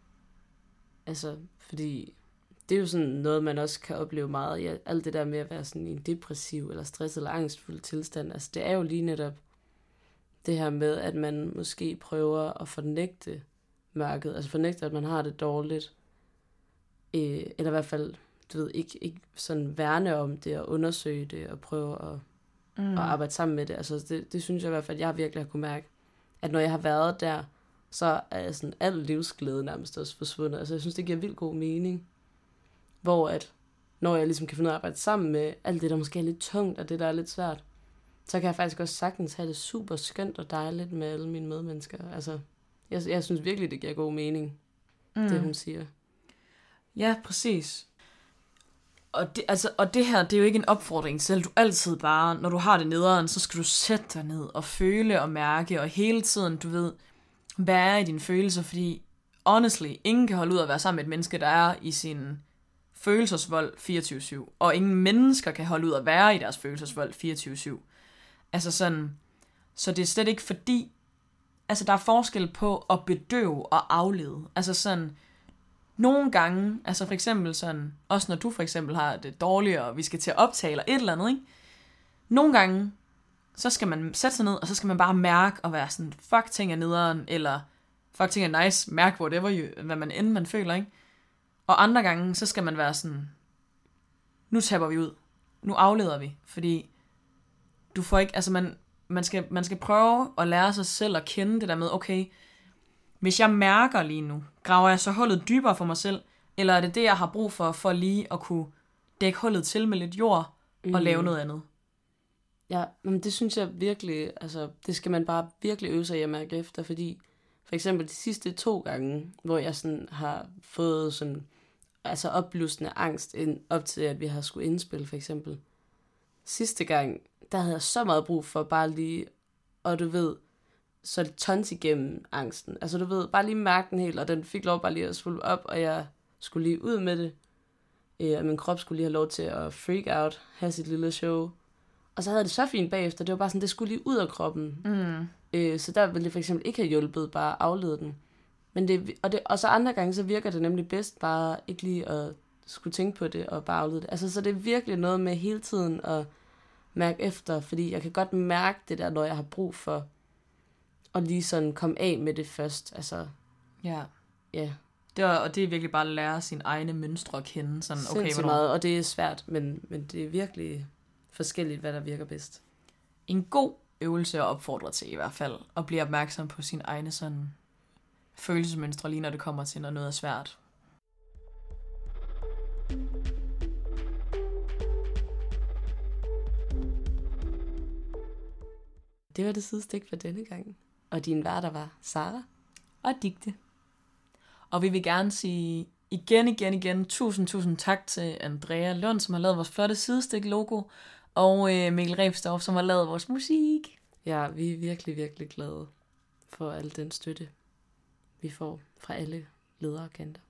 Altså, fordi det er jo sådan noget, man også kan opleve meget. Ja, alt det der med at være sådan i en depressiv eller stresset eller angstfuld tilstand. Altså, det er jo lige netop det her med, at man måske prøver at fornægte mørket. Altså fornægte, at man har det dårligt. Eller i hvert fald, du ved, ikke sådan værne om det og undersøge det og prøve at arbejde sammen med det. Altså det synes jeg i hvert fald, jeg virkelig har kunne mærke, at når jeg har været der, så er sådan al livsglæde nærmest også forsvundet. Altså jeg synes, det giver vildt god mening. Hvor at, når jeg ligesom kan finde ud af at arbejde sammen med alt det, der måske er lidt tungt, og det, der er lidt svært, så kan jeg faktisk også sagtens have det super skønt og dejligt med alle mine medmennesker. Altså, jeg synes virkelig, det giver god mening, det hun siger. Ja, præcis. Og det her, det er jo ikke en opfordring til, du altid bare, når du har det nederen, så skal du sætte dig ned og føle og mærke, og hele tiden, du ved, hvad er i dine følelser, fordi honestly, ingen kan holde ud at være sammen med et menneske, der er i sin følelsesvold 24/7, og ingen mennesker kan holde ud at være i deres følelsesvold 24/7. Altså sådan, så det er slet ikke fordi, altså der er forskel på at bedøve og aflede. Altså sådan, nogle gange, altså for eksempel sådan, også når du for eksempel har det dårligt, og vi skal til at optage eller et eller andet, ikke? Nogle gange, så skal man sætte sig ned, og så skal man bare mærke og være sådan, fuck ting er nederen, eller fuck ting er nice, mærk whatever, hvad man end man føler, ikke? Og andre gange, så skal man være sådan, nu tapper vi ud, nu afleder vi, fordi du får ikke, altså man skal prøve at lære sig selv at kende det der med, okay, hvis jeg mærker lige nu, graver jeg så hullet dybere for mig selv, eller er det det, jeg har brug for lige at kunne dække hullet til med lidt jord og lave noget andet? Ja, men det synes jeg virkelig, altså det skal man bare virkelig øve sig i at mærke efter, fordi for eksempel de sidste 2 gange, hvor jeg sådan har fået sådan, altså opblussende angst op til, at vi har skulle indspille for eksempel. Sidste gang, der havde jeg så meget brug for bare lige, og du ved, så tons igennem angsten. Altså du ved, bare lige mærke den helt, og den fik lov bare lige at svulme op, og jeg skulle lige ud med det. Og min krop skulle lige have lov til at freak out, have sit lille show. Og så havde det så fint bagefter. Det var bare sådan, det skulle lige ud af kroppen. Så der ville det for eksempel ikke have hjulpet bare at aflede den. Men og så andre gange, så virker det nemlig bedst bare ikke lige at skulle tænke på det og bare aflede det. Altså så det er virkelig noget med hele tiden at mærke efter, fordi jeg kan godt mærke det der, når jeg har brug for at lige sådan komme af med det først. Altså, ja. Ja. Og det er virkelig bare at lære sine egne mønstre at kende. Sådan, okay, meget, og det er svært, men det er virkelig forskelligt, hvad der virker bedst. En god øvelse at opfordre til i hvert fald, at blive opmærksom på sine egne sådan følelsesmønstre, lige når det kommer til, når noget er svært. Det var det sidestik for denne gang. Og din værter var Sara og Digte. Og vi vil gerne sige igen tusind tak til Andrea Lund, som har lavet vores flotte sidestik logo. og Mikkel Rebsdorff, som har lavet vores musik. Ja, vi er virkelig, virkelig glade for al den støtte, vi får fra alle ledere og kanter.